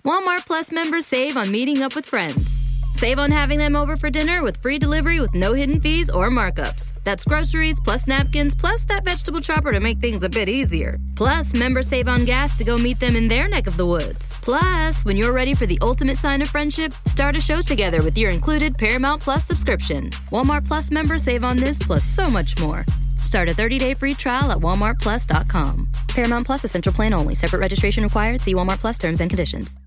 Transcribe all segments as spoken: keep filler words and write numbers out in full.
Walmart Plus members save on meeting up with friends. Save on having them over for dinner with free delivery with no hidden fees or markups. That's groceries, plus napkins, plus that vegetable chopper to make things a bit easier. Plus, members save on gas to go meet them in their neck of the woods. Plus, when you're ready for the ultimate sign of friendship, start a show together with your included Paramount Plus subscription. Walmart Plus members save on this plus so much more. Start a thirty-day free trial at walmart plus dot com. Paramount Plus Essential Plan only. Separate registration required. See Walmart Plus terms and conditions.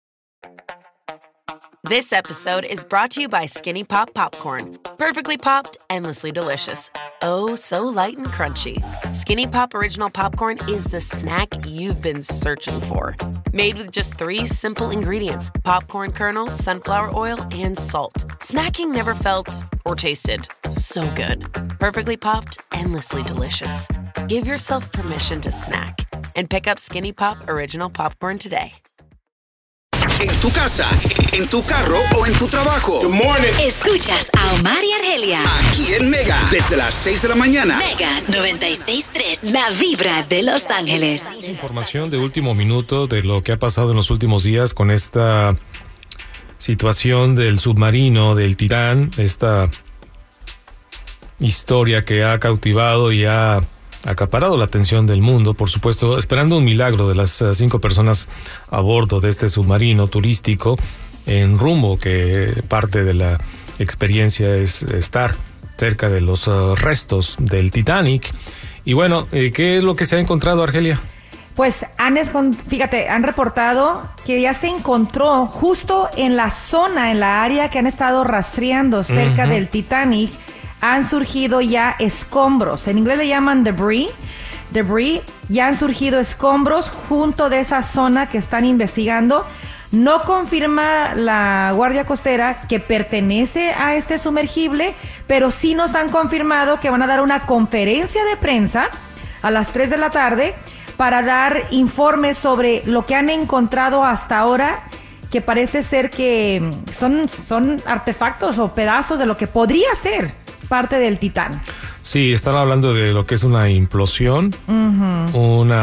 This episode is brought to you by Skinny Pop Popcorn. Perfectly popped, endlessly delicious. Oh, so light and crunchy. Skinny Pop Original Popcorn is the snack you've been searching for. Made with just three simple ingredients: popcorn kernels, sunflower oil, and salt. Snacking never felt or tasted so good. Perfectly popped, endlessly delicious. Give yourself permission to snack and pick up Skinny Pop Original Popcorn today. En tu casa, en tu carro o en tu trabajo. Good morning. Escuchas a Omar y Argelia. Aquí en Mega, desde las seis de la mañana. Mega noventa y seis punto tres, la vibra de Los Ángeles. Información de último minuto de lo que ha pasado en los últimos días con esta situación del submarino, del Titán, esta historia que ha cautivado y ha acaparado la atención del mundo, por supuesto, esperando un milagro de las cinco personas a bordo de este submarino turístico en rumbo, que parte de la experiencia es estar cerca de los uh, restos del Titanic. Y bueno, eh, ¿qué es lo que se ha encontrado, Argelia? Pues han, fíjate, han reportado que ya se encontró justo en la zona, en la área que han estado rastreando cerca uh-huh. del Titanic. Han surgido ya escombros, en inglés le llaman debris, debris, ya han surgido escombros junto de esa zona que están investigando. No confirma la Guardia Costera que pertenece a este sumergible, pero sí nos han confirmado que van a dar una conferencia de prensa a las tres de la tarde para dar informes sobre lo que han encontrado hasta ahora, que parece ser que son, son artefactos o pedazos de lo que podría ser parte del Titán. Sí, están hablando de lo que es una implosión, uh-huh.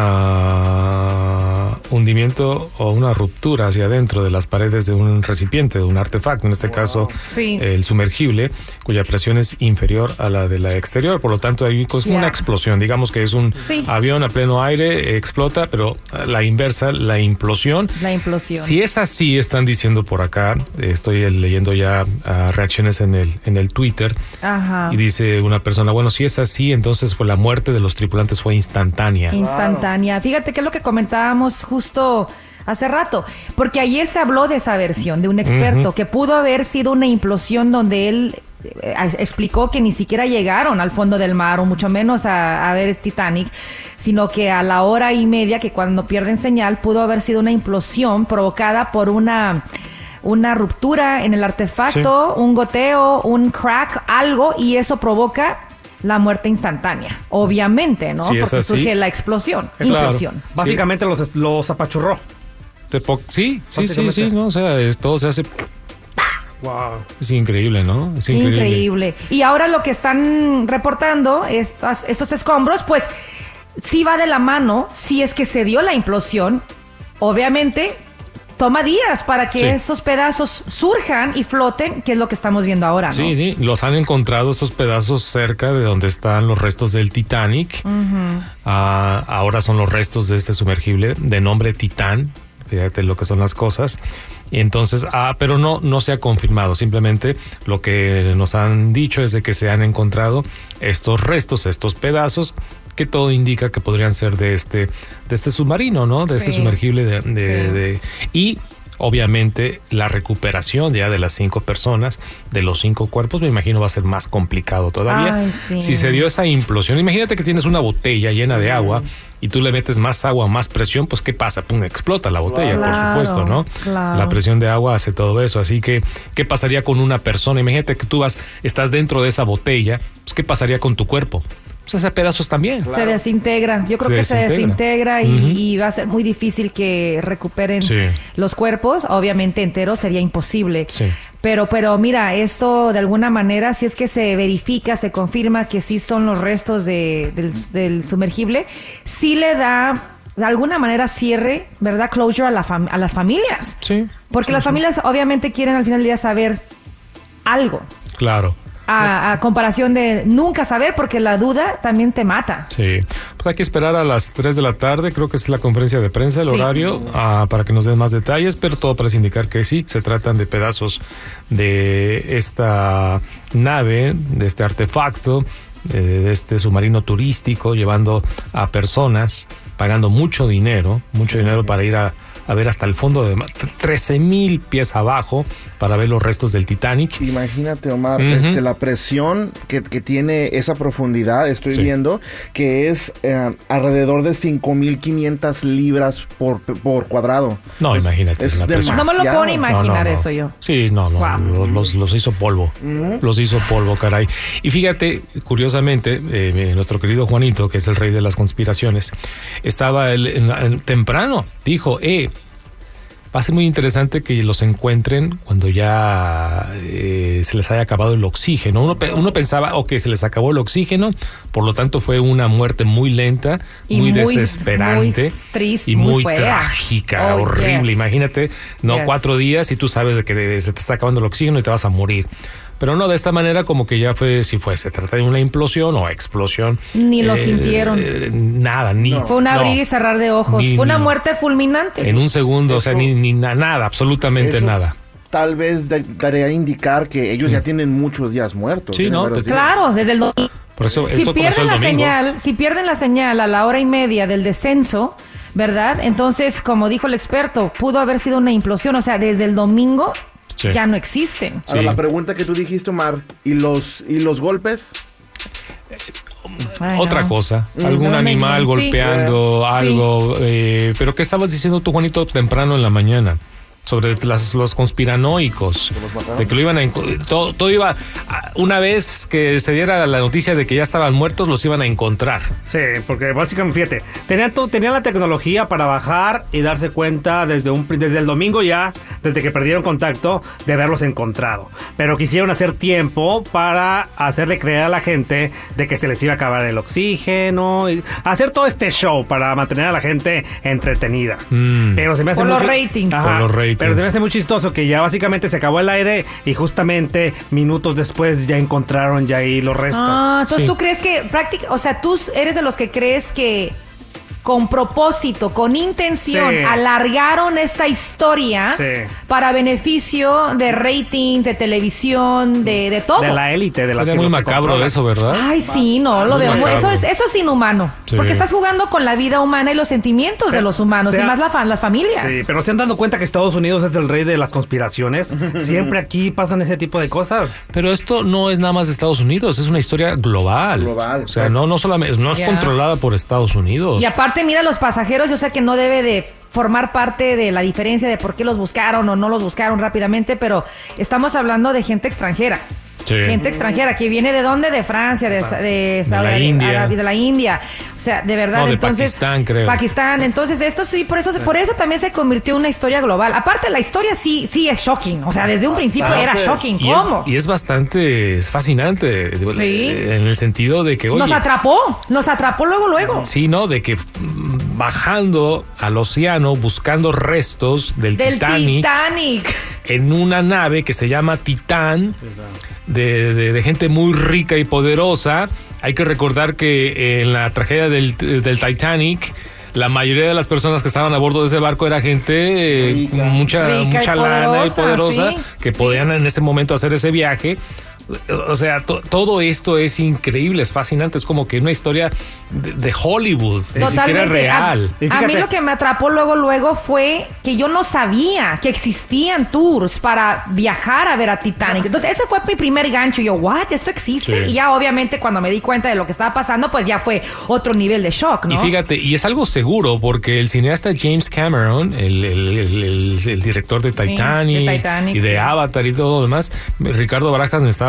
una hundimiento o una ruptura hacia adentro de las paredes de un recipiente, de un artefacto, en este wow. caso sí. el sumergible, cuya presión es inferior a la de la exterior. Por lo tanto, hay como yeah. una explosión. Digamos que es un sí. avión a pleno aire, explota, pero la inversa, la implosión. La implosión. Si es así, están diciendo por acá, estoy leyendo ya uh, reacciones en el, en el Twitter, Ajá. y dice una persona, bueno, si es así, entonces fue la muerte de los tripulantes fue instantánea. Instantánea. Fíjate que es lo que comentábamos justo hace rato, porque ayer se habló de esa versión de un experto, uh-huh. que pudo haber sido una implosión donde él eh, explicó que ni siquiera llegaron al fondo del mar, o mucho menos a, a ver Titanic, sino que a la hora y media, que cuando pierden señal, pudo haber sido una implosión provocada por una... una ruptura en el artefacto, sí. un goteo, un crack, algo, y eso provoca la muerte instantánea, obviamente, ¿no? Si Porque así, surge la explosión, claro. implosión. Básicamente sí. los, los apachurró. Te po- sí, sí, sí, sí, ¿no? O sea, es, todo se hace... Wow. Es increíble, ¿no? Es increíble. Increíble. Y ahora lo que están reportando, estos, estos escombros, pues sí va de la mano, si es que se dio la implosión, obviamente... Toma días para que sí. esos pedazos surjan y floten, que es lo que estamos viendo ahora, ¿no? Sí, sí, los han encontrado estos pedazos cerca de donde están los restos del Titanic. Uh-huh. Uh, ahora son los restos de este sumergible de nombre Titán. Fíjate lo que son las cosas. Y entonces, ah, pero no, no se ha confirmado. Simplemente lo que nos han dicho es de que se han encontrado estos restos, estos pedazos, que todo indica que podrían ser de este, de este submarino, ¿no? De sí. este sumergible de, de, sí. de, y obviamente la recuperación ya de las cinco personas, de los cinco cuerpos, me imagino va a ser más complicado todavía. Ay, sí. Si se dio esa implosión, imagínate que tienes una botella llena de agua y tú le metes más agua, más presión, pues ¿qué pasa? Pum, explota la botella, claro, por supuesto, ¿no? Claro. La presión de agua hace todo eso. Así que, ¿qué pasaría con una persona? Imagínate que tú vas, estás dentro de esa botella, pues ¿qué pasaría con tu cuerpo? Pues hace pedazos también. Claro. Se desintegra. Yo creo se que desintegra. se desintegra y, uh-huh. y va a ser muy difícil que recuperen sí. los cuerpos. Obviamente enteros sería imposible. Sí. Pero, pero mira, esto de alguna manera, si es que se verifica, se confirma que sí son los restos de, del, del sumergible, sí le da de alguna manera cierre, ¿verdad? Closure a, la fam- a las familias. Sí. Porque sí, las sí. familias obviamente quieren al final del día saber algo. Claro. A, a comparación de nunca saber, porque la duda también te mata. Sí, pues hay que esperar a las tres de la tarde, creo que es la conferencia de prensa, el Sí. horario, uh, para que nos den más detalles, pero todo parece indicar que sí, se tratan de pedazos de esta nave, de este artefacto, de, de este submarino turístico, llevando a personas, pagando mucho dinero, mucho dinero para ir a, a ver hasta el fondo de trece mil pies abajo para ver los restos del Titanic. Imagínate, Omar, Ujú. este, la presión que, que tiene esa profundidad, estoy Sí. viendo, que es eh, alrededor de cinco mil quinientas libras por, por cuadrado. No, Es- imagínate, es es una presión. No me lo puedo demasiado. ni imaginar No, no, no. eso yo. Sí, no, no, Wow. los, los, los hizo polvo, los hizo polvo, caray. Y fíjate, curiosamente, eh, nuestro querido Juanito, que es el rey de las conspiraciones, estaba el, en- en- temprano, dijo, eh, va a ser muy interesante que los encuentren cuando ya eh, se les haya acabado el oxígeno. Uno, pe- uno pensaba, ok, se les acabó el oxígeno, por lo tanto fue una muerte muy lenta, Y muy, muy- desesperante muy triste, y muy muy, fea. trágica, Oh, horrible. yes. Imagínate, no Yes. cuatro días y tú sabes de que se te está acabando el oxígeno y te vas a morir. Pero no, de esta manera como que ya fue, si fue, se trata de una implosión o explosión. Ni lo sintieron. eh, nada, ni. Fue un abrir no. y cerrar de ojos. Ni- Fue una ni- muerte fulminante. En un segundo, o sea, Eso- ni, ni na- nada, absolutamente Eso nada. Tal vez da- daría a indicar que ellos ya tienen muchos días muertos. Sí, tienen ¿no? varios días. Claro, desde el domingo. Por eso Si esto comenzó pierden el la domingo. señal, si pierden la señal a la hora y media del descenso, ¿verdad? Entonces, como dijo el experto, pudo haber sido una implosión. O sea, desde el domingo Sí. ya no existen. Ahora, Sí. la pregunta que tú dijiste, Omar, ¿y los, y los golpes? Ay, Otra no. cosa, Mm, algún no, animal sí. golpeando Sí. algo, eh, pero ¿qué estabas diciendo tú, Juanito, temprano en la mañana? Sobre las, los conspiranoicos, de que lo iban a enco- todo, todo iba a- una vez que se diera la noticia de que ya estaban muertos, los iban a encontrar. Sí, porque básicamente, fíjate, tenían, to- tenían la tecnología para bajar y darse cuenta desde, un, pri- desde el domingo ya, desde que perdieron contacto, de haberlos encontrado. Pero quisieron hacer tiempo para hacerle creer a la gente de que se les iba a acabar el oxígeno, y hacer todo este show para mantener a la gente entretenida. Mm. Pero se me hace Por los muy- ratings. Ajá, Por los ratings. Pero se me hace muy chistoso que ya básicamente se acabó el aire y justamente minutos después ya encontraron ya ahí los restos. Ah, entonces Sí. tú crees que práctica, o sea, tú eres de los que crees que con propósito, con intención, Sí. alargaron esta historia Sí. para beneficio de rating, de televisión, de, de todo. De la élite, de las Era que muy los macabro controlan. eso, ¿verdad? Ay, sí, no, lo Muy veo. macabro. Eso es, eso es inhumano. Sí. Porque estás jugando con la vida humana y los sentimientos de Pero, los humanos, o sea, y más la fa- las familias. Sí, pero se han dado cuenta que Estados Unidos es el rey de las conspiraciones. Siempre aquí pasan ese tipo de cosas. Pero esto no es nada más de Estados Unidos, es una historia global. Global, O sea, pues. no, no solamente, no es Ya. controlada por Estados Unidos. Y aparte, mira, los pasajeros, yo sé que no debe de formar parte de la diferencia de por qué los buscaron o no los buscaron rápidamente, pero estamos hablando de gente extranjera. Sí. Gente extranjera que viene de dónde, de Francia, de, de, Saudi la Arabia, India. de la India, o sea, de verdad. No, de entonces, Pakistán, creo. Pakistán, entonces esto sí, por eso, por eso también se convirtió en una historia global. Aparte, la historia sí, sí es shocking, o sea, desde un principio era shocking. Y es, ¿Cómo? y es bastante, es fascinante, Sí. en el sentido de que, oye, Nos atrapó, nos atrapó luego, luego. sí, ¿no? De que mm, bajando al océano, buscando restos del, Del Titanic, Titanic. en una nave que se llama Titán, de, de- de gente muy rica y poderosa. Hay que recordar que en la tragedia del, del Titanic, la mayoría de las personas que estaban a bordo de ese barco era gente eh, Rica. con mucha, Rica y mucha lana y poderosa, poderosa sí, que sí. podían en ese momento hacer ese viaje. O sea, to- todo esto es increíble, es fascinante, es como que una historia de, de Hollywood, ni siquiera real. A, Y a mí fíjate- lo que me atrapó luego, luego fue que yo no sabía que existían tours para viajar a ver a Titanic. Entonces, ese fue mi primer gancho. Yo, ¿what? ¿Esto existe? Sí. Y ya, obviamente, cuando me di cuenta de lo que estaba pasando, pues ya fue otro nivel de shock, ¿no? Y fíjate, y es algo seguro, porque el cineasta James Cameron, el, el- el- el- el director de Titanic, de Titanic, y de sí. Avatar y todo lo demás, Ricardo Barajas me estaba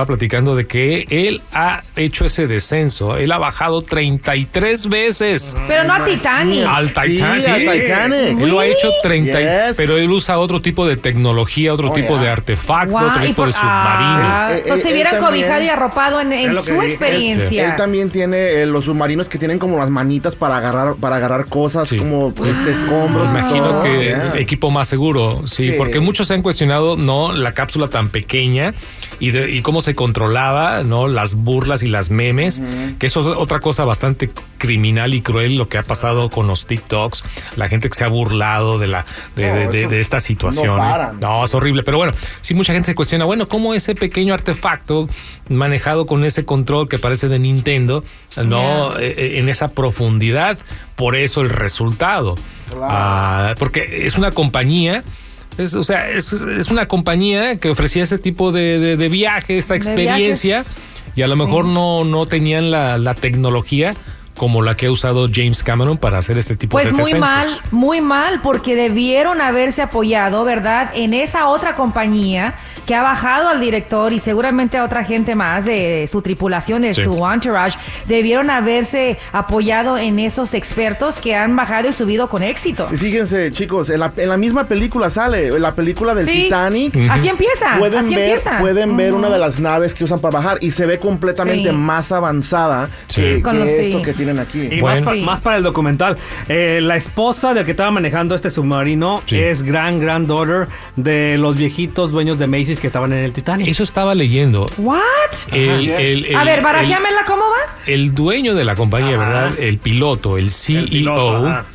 estaba platicando de que él ha hecho ese descenso. Él ha bajado treinta y tres veces. Pero no a Titanic. Al Titanic. Sí, al Titanic. Él lo ha hecho treinta, Yes. pero él usa otro tipo de tecnología, otro Oh, tipo yeah. de artefacto, Guau, otro y tipo por- de submarino. Ah, Eh, eh, pues se él hubieran también- cobijado y arropado en, en Es lo que su di- experiencia. Él también tiene eh, los submarinos que tienen como las manitas para agarrar para agarrar cosas Sí. como este escombros. Me y imagino todo. que Yeah. equipo más seguro, sí, Sí. porque muchos se han cuestionado, ¿no? La cápsula tan pequeña y, de, y cómo se controlaba, ¿no? Las burlas y las memes, uh-huh. que eso es otra cosa bastante criminal y cruel, lo que ha pasado con los TikToks, la gente que se ha burlado de la de, No, de, de, eso de esta situación. no ¿eh? paran. No, es horrible, pero bueno, sí mucha gente se cuestiona, bueno, ¿cómo ese pequeño artefacto manejado con ese control que parece de Nintendo, no Yeah. eh, en esa profundidad? Por eso el resultado. Claro. Ah, porque es una compañía, es, o sea, es, es una compañía que ofrecía este tipo de, de, de viaje, esta De experiencia, viajes. y a lo mejor Sí. no, no tenían la, la tecnología como la que ha usado James Cameron para hacer este tipo Pues de muy descensos. mal, muy mal, porque debieron haberse apoyado, ¿verdad?, en esa otra compañía que ha bajado al director y seguramente a otra gente más de su tripulación, de Sí. su entourage. Debieron haberse apoyado en esos expertos que han bajado y subido con éxito. Y fíjense, chicos, en la, en la misma película sale, en la película del Sí. Titanic. Así empieza, Pueden así ver, empieza. pueden ver Ujú. una de las naves que usan para bajar y se ve completamente Sí. más avanzada Sí. que, Con que los- esto sí. que tienen aquí. Y Bueno. más, pa- Sí. más para el documental. Eh, la esposa del que estaba manejando este submarino Sí. es gran granddaughter de los viejitos dueños de Macy's que estaban en el Titanic. Eso estaba leyendo. ¿What? El, Ajá. el- el- A ver, el- barajéamela, ¿cómo va? el dueño de la compañía, Ajá. ¿verdad? El piloto, el C E O. El piloto, ajá.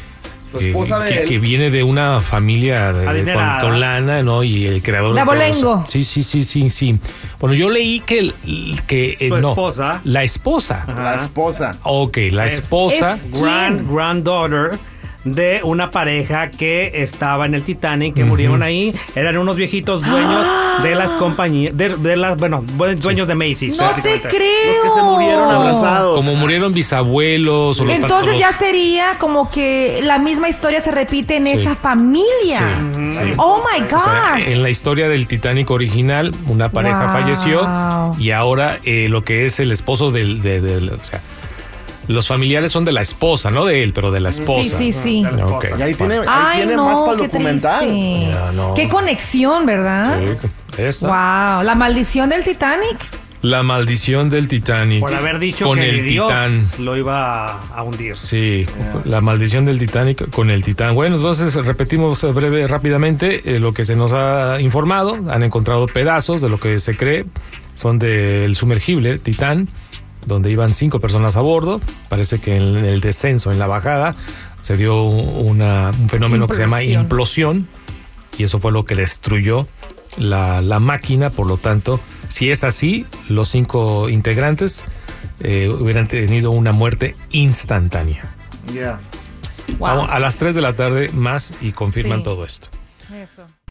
Su que, esposa de que- él. que viene de una familia de- con, Adinerada. con lana, ¿no? Y el creador De de todo eso. abolengo. Sí, sí, sí, sí, sí. Bueno, yo leí que, el- que eh, Su no, esposa. la esposa. La esposa. Ok, la Es- esposa. es- Grand, ¿Quién? granddaughter de una pareja que estaba en el Titanic, que murieron ahí. Eran unos viejitos dueños de las compañías, de, de las, bueno, dueños de Macy's. No te básicamente. creo. Los que se murieron abrazados. Como murieron bisabuelos o los Entonces los- ya sería como que la misma historia se repite en Sí. esa familia. Sí, sí. Oh my O sea, gosh. en la historia del Titanic original, una pareja Wow. falleció y ahora eh, lo que es el esposo del, de- del- o sea, los familiares son de la esposa, no de él, pero de la esposa. Sí, sí, sí. De la esposa. Ok. Y ahí tiene, ahí Ay, tiene no, más para el qué documental. triste. Ya, no. Qué conexión, ¿verdad? Sí, esta. Wow, la maldición del Titanic. La maldición del Titanic. Por haber dicho con que el Dios Titán. lo iba a hundir. Sí, la maldición del Titanic con el Titán. Bueno, entonces repetimos breve, rápidamente eh, lo que se nos ha informado. Han encontrado pedazos de lo que se cree son del sumergible Titán, donde iban cinco personas a bordo. Parece que en el descenso, en la bajada, se dio una, un fenómeno que se llama implosión, y eso fue lo que destruyó la, la máquina. Por lo tanto, si es así, los cinco integrantes eh, hubieran tenido una muerte instantánea. Yeah. Wow. Vamos a las tres de la tarde más y confirman Sí. todo esto. Eso.